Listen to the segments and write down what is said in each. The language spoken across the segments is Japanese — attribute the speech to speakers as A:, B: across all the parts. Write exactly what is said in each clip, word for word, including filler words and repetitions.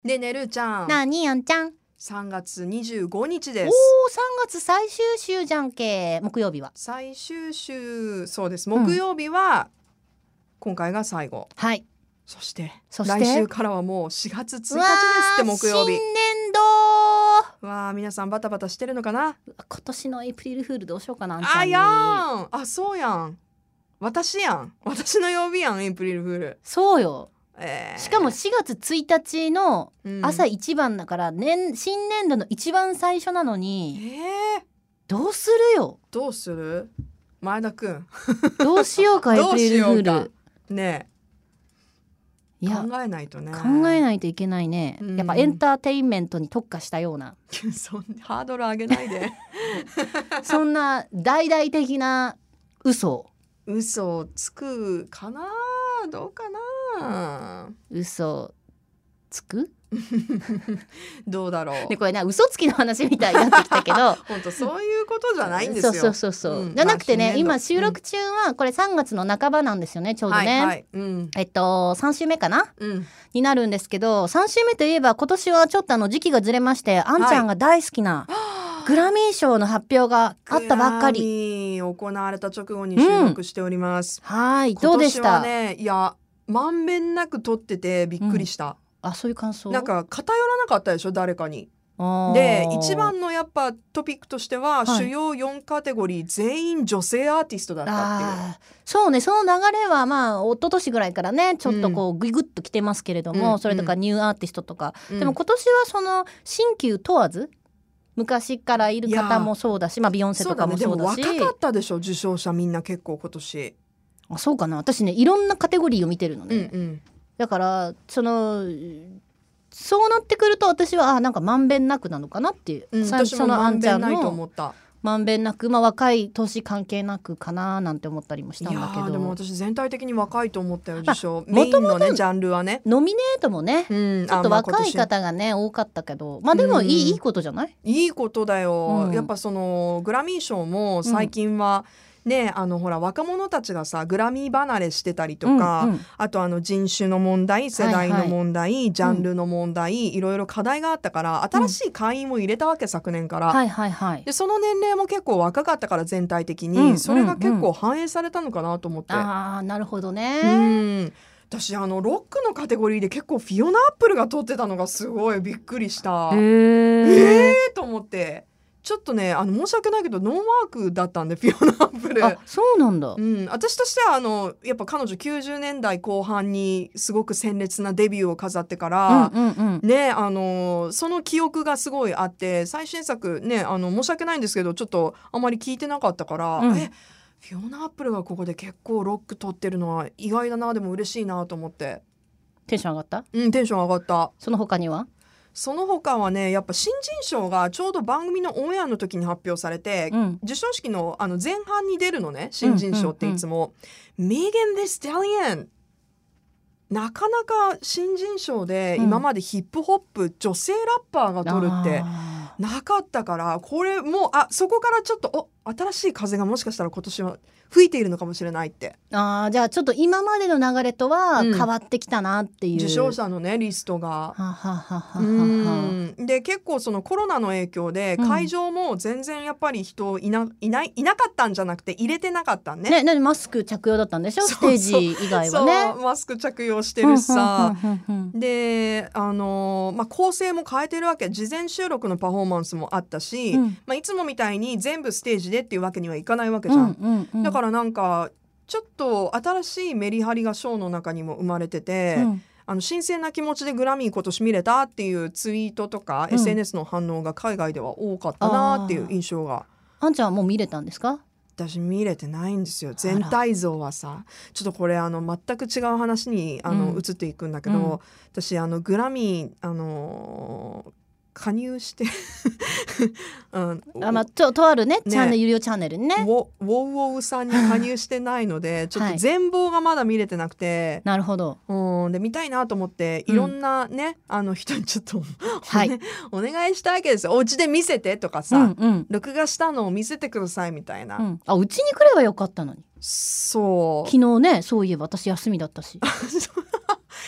A: でねるちゃん、
B: なにあんちゃん。
A: さんがつにじゅうごにちで
B: おー、
A: す。
B: さんがつ最終週じゃんけ。木曜日は
A: 最終週、そうです。木曜日は今回が最後。
B: はい。
A: そして
B: そして
A: 来週からはもうしがつついたちです
B: うわ
A: って
B: ー
A: 木曜日。
B: 新年度。
A: わあ、皆さんバタバタしてるのかな。
B: 今年のエイプリルフールどうしようかなあんちゃ
A: あ
B: んに。
A: やん、あそうやん。私やん。私の曜日やんエイプリルフール。
B: そうよ。
A: えー、
B: しかもしがつついたちの朝
A: うん、
B: 一番だから、年新年度の一番最初なのに
A: えー、
B: どうするよ。
A: どうする前田くん。
B: どうしようかエイ
A: どう
B: プリルフー
A: しようか
B: ル。
A: ねえ、
B: いや
A: 考えないとね。
B: 考えないといけないね、
A: うん
B: やっぱエンターテインメントに特化したような
A: そんなハードル上げないで。
B: そんな大々的な嘘
A: 嘘をつくかな、どうかな。
B: 嘘つく
A: どうだろう。
B: でこれね嘘つきの話みたいになってきたけど
A: 本当そういうことじゃないんですよ。
B: そうそうそうそう、
A: うん
B: じゃなくてね、
A: まあ新年度
B: 今収録中はこれさんがつの半ばなんですよね、ちょうどね、
A: はいはい、うん、
B: えっとさん週目かな
A: うん、
B: になるんですけど、さん週目といえば今年はちょっとあの時期がずれまして、あんちゃんが大好きなグラミー賞の発表があったばっかり。
A: グラミー行われた直後に収録しております。
B: はい、どうでした？
A: 今年はね、いやまんべんなく撮っててびっくりした。
B: あ、そういう感想？
A: なんか偏らなかったでしょ誰かに。
B: あー
A: で一番のやっぱトピックとしては、
B: はい
A: 主要よんカテゴリー全員女性アーティストだったっていう。
B: あーそうね、その流れはまあ一昨年ぐらいからねちょっとこうグイグッときてますけれども、
A: うん
B: それとかニューアーティストとか、
A: うん
B: でも今年はその新旧問わず昔からいる方もそうだし、まあ、ビヨンセとかもそうだし、
A: そうだね、でも若かったでしょ受賞者みんな結構今年。
B: あそうかな、私ねいろんなカテゴリーを見てるのね、
A: うんうん
B: だからそのそうなってくると私はあなんかまんべんなくなのかなっていう、
A: うん、
B: 最
A: 私もまんべんないと思った。
B: まんべんなく、まあ、若い年関係なくかななんて思ったりもしたんだけ
A: いやーでも
B: ど、
A: 私全体的に若いと思ったよ
B: まあ
A: 受賞、メインのねジャンルはね、
B: ノミネートもね、
A: うん、
B: ちょっと
A: あまあ
B: 若い方がね多かったけど、まあでもいい、
A: うん
B: いいことじゃない？
A: いいことだよ、
B: うん
A: やっぱそのグラミー賞も最近はね、あのほら若者たちがさグラミー離れしてたりとか、
B: うんうん
A: あとあの人種の問題、世代の問題、ジャンルの問題、いろいろ課題があったから新しい会員も入れたわけ、昨年から、
B: はいはいはい。
A: でその年齢も結構若かったから全体的に、
B: うん
A: それが結構反映されたのかなと思って、
B: ああなるほど
A: う
B: ね。
A: ん私あのロックのカテゴリーで結構フィオナ・アップルが取ってたのがすごいびっくりした。
B: へ
A: え
B: え。
A: ーと思って、ちょっとねあの申し訳ないけどノーマークだったんでフィオナ・アップル。
B: あそうなんだ。
A: うん、私としてはあのやっぱ彼女きゅうじゅうねんだいこう半にすごく鮮烈なデビューを飾ってから、
B: うんうんうん。
A: ね、あのその記憶がすごいあって、最新作ねあの申し訳ないんですけどちょっとあまり聞いてなかったから、
B: うん
A: えフィオナ・アップルがここで結構ロック取ってるのは意外だな、でも嬉しいなと思って、
B: テンション上がった？
A: うん、テンション上がった。
B: その他には？
A: その他はねやっぱ新人賞がちょうど番組のオンエアの時に発表されて、
B: うん
A: 授賞式のあの前半に出るのね新人賞っていつも、メーガン・デ・スタリアン、なかなか新人賞で
B: うん
A: 今までヒップホップ、女性ラッパーが取るって
B: あ
A: なかったから、これもうあそこからちょっとお新しい風がもしかしたら今年は吹いているのかもしれないって、
B: ーあーじゃあちょっと今までの流れとは
A: うん
B: 変わってきたなっていう、
A: 受賞者のねリストが。
B: ははははは
A: うんで結構そのコロナの影響で
B: うん
A: 会場も全然やっぱり人いな、いないいなかったんじゃなくて入れてなかったんね。
B: ね、なんでマスク着用だったんでしょ？ス
A: そうそう
B: テージ以外はね。
A: そうマスク着用してるしさ、
B: うんうんうんうんうん
A: であのーまあ、構成も変えてるわけ、事前収録のパフォーマンスもあったし、
B: うん
A: まあ、いつもみたいに全部ステージでっていうわけにはいかないわけじゃん、
B: うんうんうん、
A: だからなんかちょっと新しいメリハリがショーの中にも生まれてて、
B: うん
A: あの新鮮な気持ちでグラミー今年見れたっていうツイートとか、
B: うん
A: エスエヌエス の反応が海外では多かったなっていう印象が。
B: あんちゃんはもう見れたんですか？
A: 私見れてないんですよ。
B: ら
A: 全体像はさちょっとこれあの全く違う話にあの、
B: うん
A: 移っていくんだけど、
B: うん
A: 私あのグラミーあのー加入して、うん
B: あ、まあ、と, とあるね
A: ね
B: チャンネル有料チャンネルにね。
A: ウォウォウウォウさんに加入してないのでちょっと全貌がまだ見れてなくて、
B: なるほど。
A: うんで見たいなと思って
B: うん
A: いろんなね、あの人にちょっと、
B: はい
A: ねお願いしたわけですよ。お家で見せてとか
B: う
A: さ、
B: んうん
A: 録画したのを見せてくださいみたいな、
B: うん、あうちに来ればよかったのに。
A: そう
B: 昨日ねそういえば私休みだったし。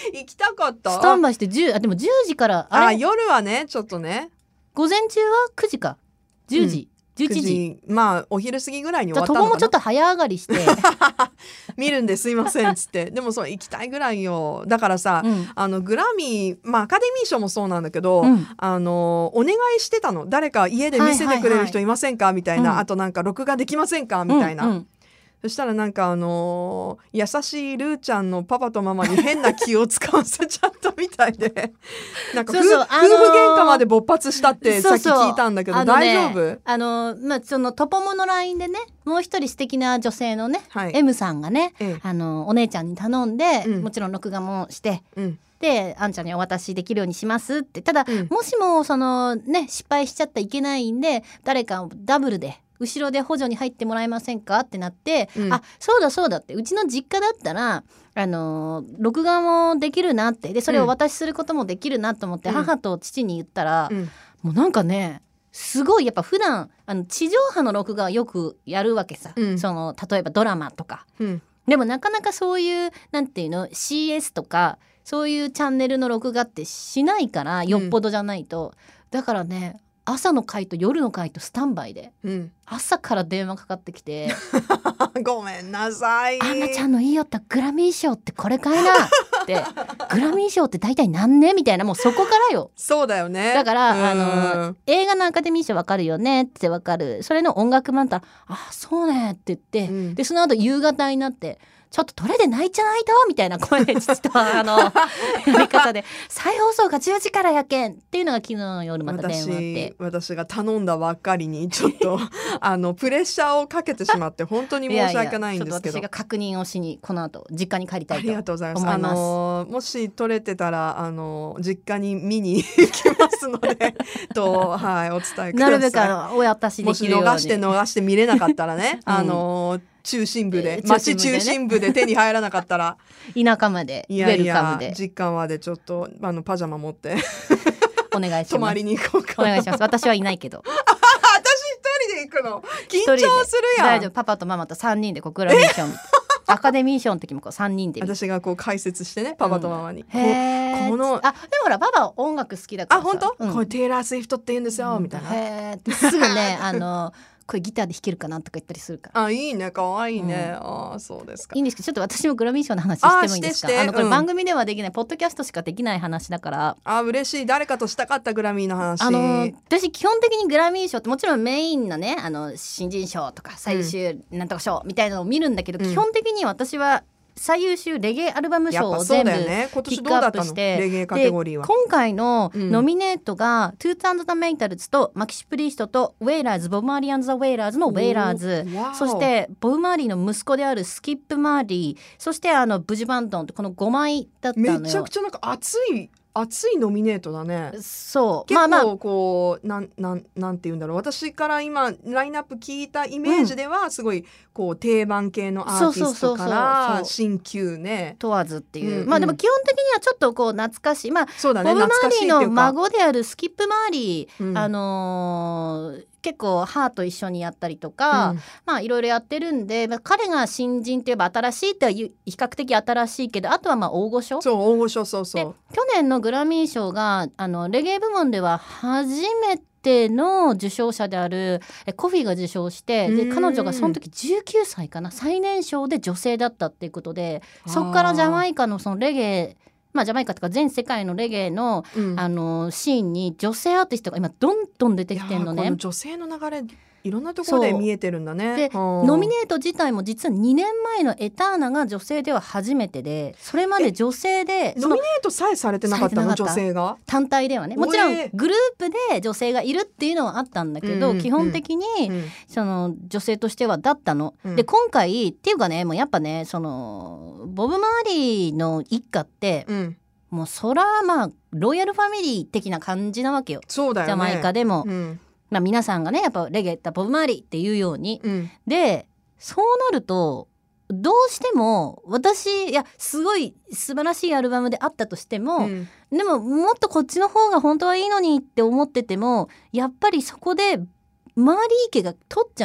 A: 行きたかった。
B: スタンバイしてじゅうあでもじゅうじから
A: あ
B: あれ
A: 夜はねちょっとね
B: 午前中はくじかじゅうじ、うん、じゅういちじ
A: まあお昼過ぎぐらいに終わった
B: と
A: のかな。
B: ももちょっと早上がりして
A: 見るんですいませんっつってでもそう行きたいぐらいよ。だからさ、うん、あのグラミー、まあ、アカデミー賞もそうなんだけど、うん、あのお願いしてたの。誰か家で見せてくれる人いませんか、はいはいはい、みたいな、うん、あとなんか録画できませんかみたいな、うんうん、そしたらなんかあのー、優しいルーちゃんのパパとママに変な気を使わせちゃったみたいでなんかそうそう、あのー、夫婦喧嘩まで勃発したってさっき聞いたんだけど、そうそう、大丈夫？
B: あのー、まあそのトポモの ライン でねもう一人素敵な女性のね、はい、M さんがね、ええ、あのー、お姉ちゃんに頼んで、うん、もちろん録画もして、うんであんちゃんにお渡しできるようにしますって。ただ、うん、もしもそのね失敗しちゃったらいけないんで誰かダブルで後ろで補助に入ってもらえませんかってなって、うん、あそうだそうだってうちの実家だったらあのー、録画もできるなってでそれをお渡しすることもできるなと思って、うん、母と父に言ったら、うん、もうなんかねすごいやっぱ普段あの地上波の録画はよくやるわけさ、うん、その例えばドラマとか、うん、でもなかなかそういうなんていうの シーエス とかそういうチャンネルの録画ってしないからよっぽどじゃないと、うん、だからね朝の回と夜の回とスタンバイで、うん、朝から電話かかってきて
A: ごめんなさい
B: アンナちゃんの言いよったグラミー賞ってこれかいなってグラミー賞って大体何年みたいなもうそこからよ
A: そうだよね。
B: だからあの映画のアカデミー賞わかるよねってわかるそれの音楽版だったらあそうねって言って、うん、でその後夕方になってちょっとどれで泣いちゃないとみたいな声で父とあのやり方で再放送がじゅうじからやけんっていうのが昨日の夜また電話あって
A: 私、私が頼んだばっかりにちょっとあのプレッシャーをかけてしまって本当に申し訳ないんですけどいやいやちょっと
B: 私が確認をしにこの後実家に帰りたいと思います。ありがとうございます。
A: あのもし取れてたらあの実家に見に行きますのでと、はい、お伝えください。
B: なるべくお渡しできるように
A: もし逃して逃して見れなかったらね、うん、あの中心部で、えー、町中心部で手に入らなかったら
B: 田舎まで
A: いやいやウェルカムで実家までちょっとあのパジャマ持って
B: お願いします。
A: 泊まりに行こうか。
B: お願いします。私はいないけど
A: 私一人で行くの緊張するやん。
B: 大丈夫パパとママとさんにんでこうグラミー賞アカデミー賞の時もこうさんにんで
A: 私がこう解説してねパパとママに、うん、こ
B: このあでもほらパパ音楽好きだからさ
A: あ本当、うん、これテイラー・スウィフトって言うんですよ、うん、みたいな
B: へーすぐねあのこれギターで弾けるかなとか言ったりするから。
A: あいいねかわいいね、うん、あそうですか。
B: いいんですけどちょっと私もグラミー賞の話してもいいですか。 あ, あのこれ番組ではできない、うん、ポッドキャストしかできない話だから。
A: あ嬉しい誰かとしたかったグラミーの話。
B: あの私基本的にグラミー賞ってもちろんメインのねあの新人賞とか最優秀なんとか賞みたいなのを見るんだけど、うん、基本的に私は最優秀レゲエアルバム賞を全部ピックアップして、
A: レゲエカテゴリーは
B: 今回のノミネートが、うん、トゥーツ&ザ・メイタルズとマキシ・プリーストとウェイラーズボブ・マーリー&ザ・ウェイラーズのウェイラーズ、そしてボブ・マーリーの息子であるスキップ・マーリー、そしてあのブジ・バンドンとこのごまいだったのよ。
A: めちゃくちゃなんか熱い熱いノミネートだね。
B: そう
A: 結構こう、まあまあ、なんなんなんて言うんだろう私から今ラインナップ聞いたイメージではすごいこう定番系のアーティストから新旧ね
B: 問わずっていう、うんうん、まあでも基本的にはちょっとこう懐かしい、まあ
A: そうだね、
B: ボブ・マーリーの孫であるスキップ・マーリー、うん、あのー結構ハーと一緒にやったりとか、うん、まあいろいろやってるんで、まあ、彼が新人といえば新しいっては比較的新しいけどあとはまあ大御所。
A: そう大御所そうそう。
B: で去年のグラミー賞があのレゲエ部門では初めての受賞者であるコフィが受賞してで彼女がその時じゅうきゅうさいかな最年少で女性だったっていうことでそこからジャマイカのそのレゲエまあ、ジャマイカとか全世界のレゲエ の,、うん、あのシーンに女性アーティストが今どんどん出てきてるのね。
A: この女性の流れいろんなところで見えてるんだね。
B: でノミネート自体も実はにねんまえのエターナが女性では初めてでそれまで女性で
A: ノミネートさえされてなかったの女性が
B: 単体ではねもちろんグループで女性がいるっていうのはあったんだけど、うん、基本的に、うん、その女性としてはだったの、うん、で今回っていうかねもうやっぱねそのボブ・マーリーの一家って、うんもうそらまあロイヤルファミリー的な感じなわけよ。
A: そうだよね。
B: ジャマイカでも、うんまあ、皆さんがねやっぱレゲエってボブマーリーっていうように、うん、でそうなるとどうしても私いやすごい素晴らしいアルバムであったとしても、うん、でももっとこっちの方が本当はいいのにって思っててもやっぱりそこでマーリー家が取っちゃうのよ。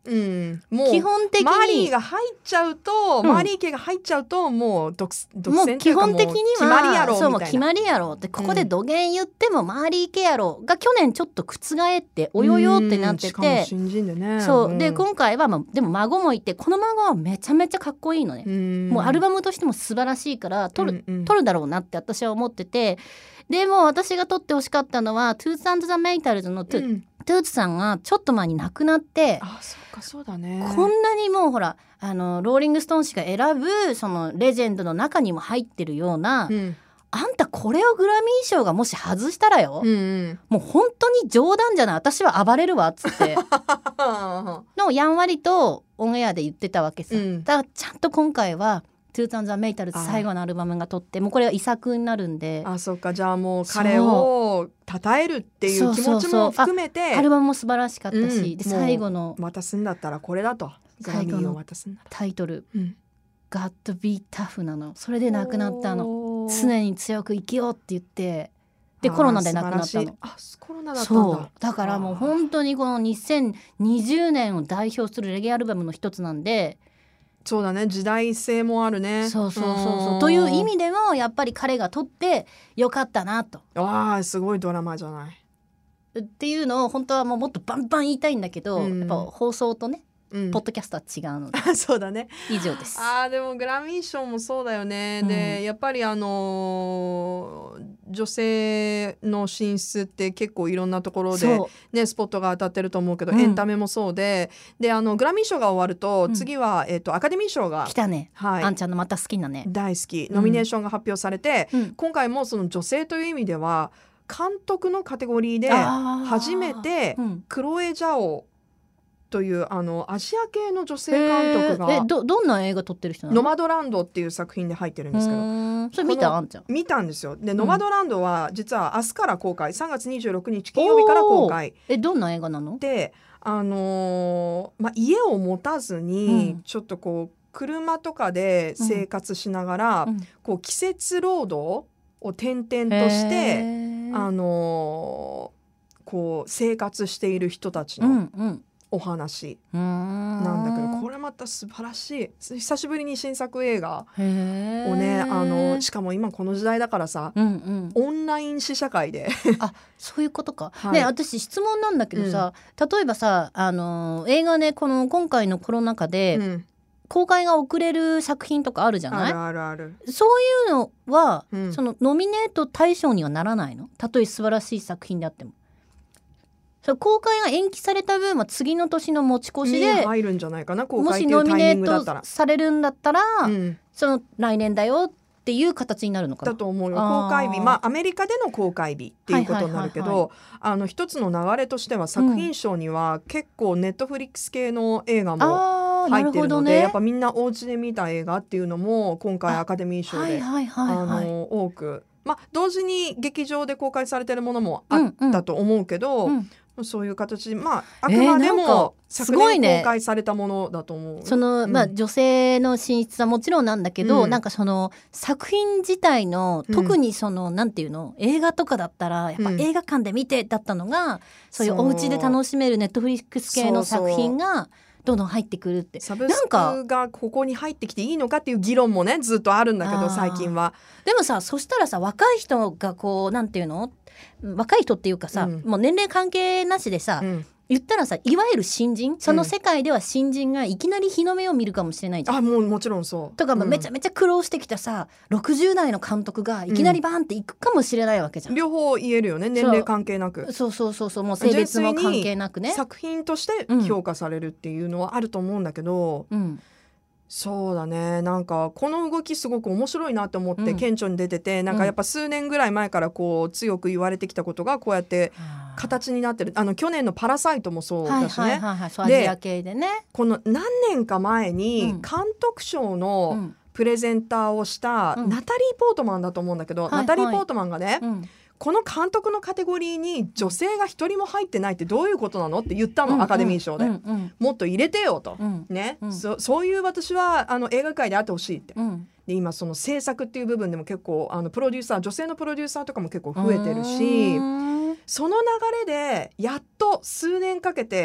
A: うん、もう
B: 基本的に
A: マリーが入っちゃうと、うん、マリー家が入っちゃうともう独独占というかもう決まりやろうみたいな。
B: そうもう決まりやろうってここで土下言ってもマリー家やろうが去年ちょっと覆っておよよってなってて、しかも
A: 新人でね。
B: そう、うん、で今回は、まあ、でも孫もいてこの孫はめちゃめちゃかっこいいのね。うんもうアルバムとしても素晴らしいから撮る、うんうん、撮るだろうなって私は思ってて、でも私が撮ってほしかったのはトゥース&ザ・メイタルズのトゥ、うんトゥーツさんがちょっと前に亡くなって、
A: あそっかそうだね、
B: こんなにもうほらあのローリングストーン氏が選ぶそのレジェンドの中にも入ってるような、うん、あんたこれをグラミー賞がもし外したらよ、うんうん、もう本当に冗談じゃない私は暴れるわっつってのやんわりとオンエアで言ってたわけさ、うん、だからちゃんと今回はトゥース&ザ・メイタルズ最後のアルバムが撮ってもうこれは遺作になるんで、
A: あそっかじゃあもう彼を称えるっていう気持ちも含めて
B: そうそうそうアルバムも素晴らしかったし、うん、で最後の
A: 渡すんだったらこれだと
B: 最後のタイトル、うん、Got to be tough なの。それで亡くなったの。常に強く生きようって言ってでコロナで亡くなったの。
A: あコロナだったんだ。
B: そうだからもう本当にこのにせんにじゅうねんを代表するレゲエアルバムの一つなんで、
A: そうだね時代性もあるね。
B: そうそうそうそうという意味でもやっぱり彼が撮ってよかったなと。
A: あーすごいドラマじゃない
B: っていうのを本当はもうもっとバンバン言いたいんだけど、うん、やっぱ放送とね、うん、ポッドキャストは違うので
A: そうだね
B: 以上です。
A: あでもグラミー賞もそうだよね、うん、でやっぱりあのー、女性の進出って結構いろんなところで、ね、スポットが当たってると思うけど、うん、エンタメもそうでであのグラミー賞が終わると、うん、次は、えーと、アカデミー賞が
B: 来たね、はい、あんちゃんのまた好きなね
A: 大好きノミネーションが発表されて、うん、今回もその女性という意味では監督のカテゴリーで初めてクロエ・ジャオというあのアジア系の女性監督が、
B: えー、ど, どんな映画撮ってる人なの？
A: ノマドランドっていう作品で入ってるんですけど、
B: それ見た？あんちゃん
A: 見たんですよ。で、うん、ノマドランドは実は明日から公開、さんがつにじゅうろくにち金曜日から公開。
B: えどんな映画なの？
A: で、あのーまあ、家を持たずに、うん、ちょっとこう車とかで生活しながら、うん、こう季節労働を転々として、あのー、こう生活している人たちの、うんうんお話なんだけどこれまた素晴らしい久しぶりに新作映画をねあのしかも今この時代だからさ、うんうん、オンライン試写会で
B: あそういうことか、はい、ね私質問なんだけどさ、うん、例えばさあの映画ねこの今回のコロナ禍で、うん、公開が遅れる作品とかあるじゃない？
A: あるあるある。
B: そういうのは、うん、そのノミネート対象にはならないの？たとえ素晴らしい作品であっても公開が延期された分は次の年の持ち越しで
A: 入るんじゃないかな。公開っていうタイミングだったら
B: もしノミネートされるんだったら、うん、その来年だよっていう形になるのかな。
A: だと思うよ。公開日まあアメリカでの公開日っていうことになるけど、はいはいはいはい、あの一つの流れとしては作品賞には結構ネットフリックス系の映画も入ってるので、ね、やっぱみんなお家で見た映画っていうのも今回アカデミー賞で あ、はいはいはいはい、あの多く、まあ、同時に劇場で公開されてるものもあったと思うけど、うんうんそういう形でまああくまでも昨年公開されたものだと思う、えーね、
B: その、うんまあ、女性の進出はもちろんなんだけど、うん、なんかその作品自体の特にその、うん、なんていうの映画とかだったらやっぱ映画館で見てだったのが、うん、そういうお家で楽しめるネットフリックス系の作品がどんどん入ってくるって
A: サブスクがここに入ってきていいのかっていう議論もねずっとあるんだけど最近は。
B: でもさそしたらさ若い人がこうなんていうの若い人っていうかさ、うん、もう年齢関係なしでさ、うん、言ったらさいわゆる新人その世界では新人がいきなり日の目を見るかもしれないじゃん、
A: あもうもちろんそう
B: とか、うん、めちゃめちゃ苦労してきたさろくじゅう代の監督がいきなりバーンっていくかもしれないわけじゃん、
A: 両方言えるよね年齢関係なく。
B: そうそうそうそうもう性別も関係なくね
A: 作品として評価されるっていうのはあると思うんだけど、うん、そうだねなんかこの動きすごく面白いなと思って顕著に出てて、うん、なんかやっぱ数年ぐらい前からこう強く言われてきたことがこうやって形になってる。あの去年のパラサイトもそうだしね、はいはいはいはい、そうアジア系でねこの何年か前に監督賞のプレゼンターをしたナタリー・ポートマンだと思うんだけど、うん、ナタリー・ポートマンがね、はいはいうんこの監督のカテゴリーに女性が一人も入ってないってどういうことなのって言ったの、うん、アカデミー賞で、うんうん、もっと入れてよと、うんねうん、そ, そういう私はあの映画界であってほしいって、うん、で今その制作っていう部分でも結構あのプロデューサー女性のプロデューサーとかも結構増えてるしその流れでやっと数年かけて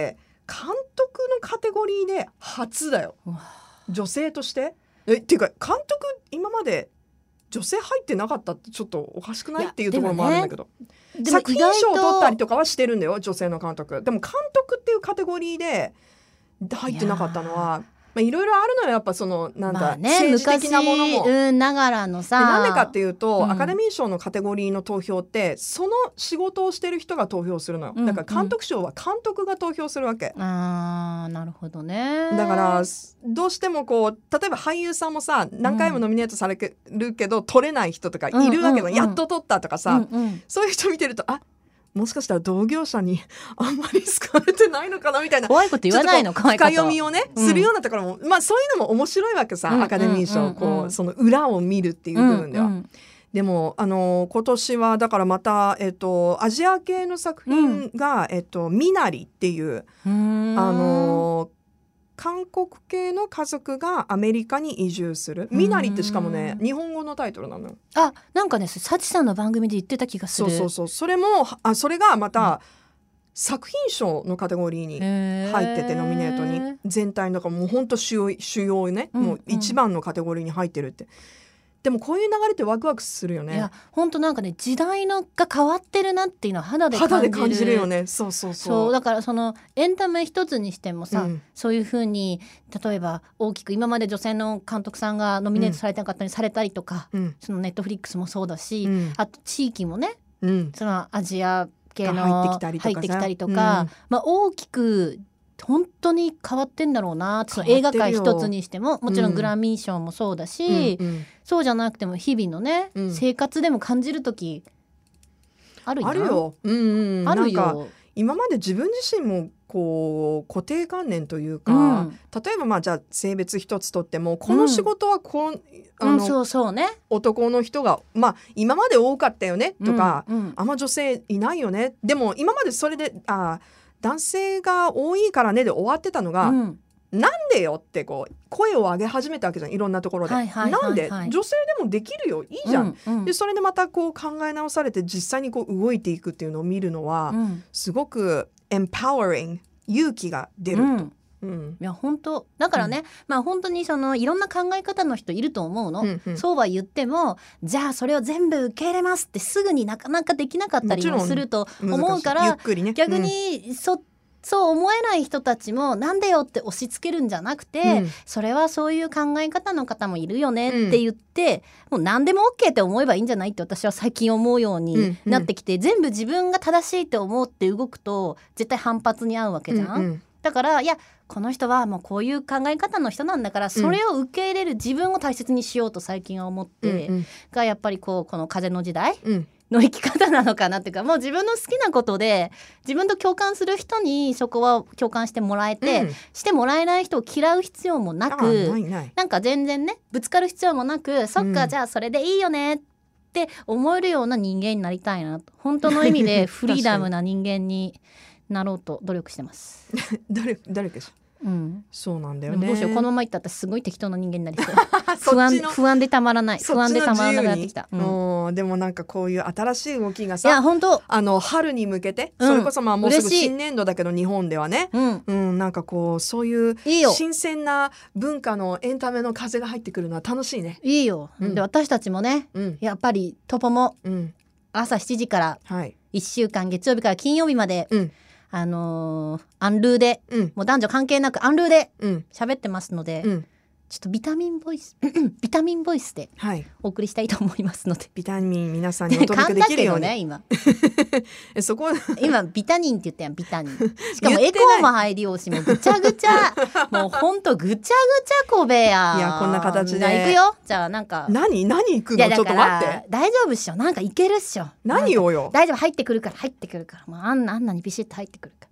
A: 監督のカテゴリーで初だよ、女性として。えっていうか監督今まで女性入ってなかったってちょっとおかしくないっていうところもあるんだけど、ね、作品賞を取ったりとかはしてるんだよ女性の監督。でも監督っていうカテゴリーで入ってなかったのは、まあ、いろいろあるのよやっぱそのなんだ、まあね、政治的なものも
B: 昔、うん、ながらのさ。
A: なんでかっていうと、うん、アカデミー賞のカテゴリーの投票ってその仕事をしてる人が投票するのよ、うん、だから監督賞は監督が投票するわけ、
B: うん、あーなるほどね。
A: だからどうしてもこう例えば俳優さんもさ何回もノミネートされるけど、うん、取れない人とかいるわけの、うんうんうん、やっと取ったとかさ、うんうん、そういう人見てるとあもしかしたら同業者にあんまり好かれてないのかなみたいな
B: 怖いこと言わないの
A: 深読みをね、うん、するようなところも、まあ、そういうのも面白いわけさ、うん、アカデミー賞、うんうんうん、こうその裏を見るっていう部分では、うんうん、でもあの今年はだからまた、えっと、アジア系の作品が、うんえっと、ミナリっていうあの韓国系の家族がアメリカに移住する。ミナリってしかもね日本語のタイトルなのよ。
B: あ、なんかねサチさんの番組で言ってた気がする。
A: そうそうそう。それもあそれがまた、うん、作品賞のカテゴリーに入っててノミネートに全体の中もうほんと主要、主要ね、うんうん、もう一番のカテゴリーに入ってるって。でもこういう流れってワクワクするよね。
B: いや本当なんかね時代のが変わってるなっていうのは肌で感じる。
A: 肌で感じるよね。そうそうそう。
B: そうだからそのエンタメ一つにしてもさ、うん、そういう風に例えば大きく今まで女性の監督さんがノミネートされてなかったりされたりとか、うん、そのネットフリックスもそうだし、うん、あと地域もね、うん、そのアジア系の
A: 入ってきたりとか、
B: 入ってきたりとか、うんまあ、大きく本当に変わってんだろうな。その映画界一つにしてももちろんグラミー賞もそうだし、うんうん、そうじゃなくても日々のね、うん、生活でも感じる時あるよ。
A: あるよ、うんうん、あるよ。なんか今まで自分自身もこう固定観念というか、うん、例えばまあじゃあ性別一つとってもこの仕事はこう、うん、あの、うん、そうそうね、男の人がまあ今まで多かったよねとか、うんうん、あんま女性いないよね。でも今までそれであ男性が多いからねで終わってたのが、うん、なんでよってこう声を上げ始めたわけじゃん、いろんなところで、はいはいはいはい、なんで女性でもできるよいいじゃん、うんうん、でそれでまたこう考え直されて実際にこう動いていくっていうのを見るのは、うん、すごくエンパワリング、勇気が出ると、うんうん、
B: いや本当だからね、うん、まあ本当にそのいろんな考え方の人いると思うの、うんうん、そうは言ってもじゃあそれを全部受け入れますってすぐになかなかできなかったりもすると思うから、ね、逆にそ、うんそう思えない人たちもなんでよって押し付けるんじゃなくて、うん、それはそういう考え方の方もいるよねって言って、うん、もう何でも OK って思えばいいんじゃないって私は最近思うようになってきて、うんうん、全部自分が正しいって思って動くと絶対反発に遭うわけじゃん、うんうん、だからいやこの人はもうこういう考え方の人なんだからそれを受け入れる自分を大切にしようと最近は思って、うんうん、がやっぱりこうこの風の時代、うんの生き方なのかなっていうか、もう自分の好きなことで自分と共感する人にそこは共感してもらえて、うん、してもらえない人を嫌う必要もなく、ないない、なんか全然ねぶつかる必要もなく、そっか、うん、じゃあそれでいいよねって思えるような人間になりたいなと、本当の意味でフリーダムな人間になろうと努力してます
A: 誰誰かしうん、そうなんだよね。
B: どうしようこのままいったらすごい適当な人間になりそう不安不安でたまらない不安でたまらなくなってきた、
A: うん、でもなんかこういう新しい動きがさ、い
B: や本当
A: あの春に向けて、うん、それこそまあもうすぐ新年度だけど日本ではね、うんうん、なんかこうそういう新鮮な文化のエンタメの風が入ってくるのは楽しいね。
B: いいよ、うん、で私たちもね、うん、やっぱりトポも、うん、朝しちじからいっしゅうかん月曜日から金曜日まで、うんあのー、アンルーで、うん、もう男女関係なくアンルーで喋ってますので、うん、ちょっとビタミンボイスビタミンボイスでお送りしたいと思いますので、はい、
A: ビタミン皆さんにお届けできるように、ね、
B: 今
A: そこ
B: 今ビタニンって言ったやん、ビタニンしかもエコーも入りようしもうぐちゃぐちゃもうほんとぐちゃぐちゃこべや。
A: いやこんな形で
B: 行くよ。じゃあなんか
A: 何何行くの、ちょっと待って、
B: 大丈夫っしょ、なんかいけるっしょ。
A: 何をよ、
B: 大丈夫、入ってくるから入ってくるから、もうあんなあんなにビシッと入ってくるから、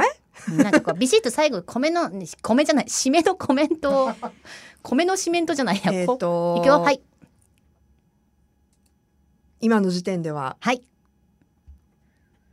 A: え
B: なんかこうビシッと最後米の米じゃない締めのコメントを米の締めんとじゃないや、えー、といくよ。はい、
A: 今の時点では、
B: はい、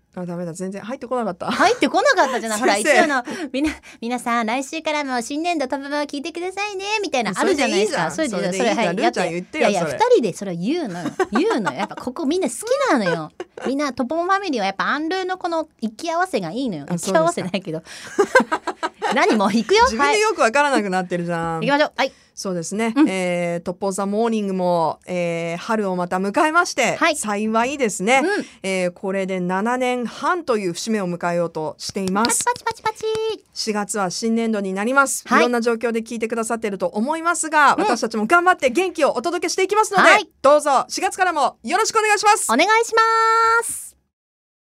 A: あ、ダメだ、全然入ってこなかった。
B: 入ってこなかったじゃない。ほら、一応のみな皆さん来週からも新年度トップバー聞いてくださいねみたいなあるじゃないですか。
A: それでいいじゃん。それでいいじゃん。ルーちゃん言ってよ。
B: いやいや、二人でそれ言うのよ。言うのよ。やっぱここみんな好きなのよ。みんなトポンファミリーはやっぱアンルーのこの行き合わせがいいのよ。行き合わせないけど。何も行くよ。
A: 自分でよくわからなくなってるじゃん。
B: 行きましょう。はい。
A: そうですね、うん、えー、トッポーザモーニングも、えー、春をまた迎えまして、はい、幸いですね、うん、えー、これでななねんはんという節目を迎えようとしています。
B: パチパチパチパチ。
A: しがつは新年度になります、はい、いろんな状況で聞いてくださっていると思いますが、うん、私たちも頑張って元気をお届けしていきますので、はい、どうぞしがつからもよろしくお願いします。
B: お願いします。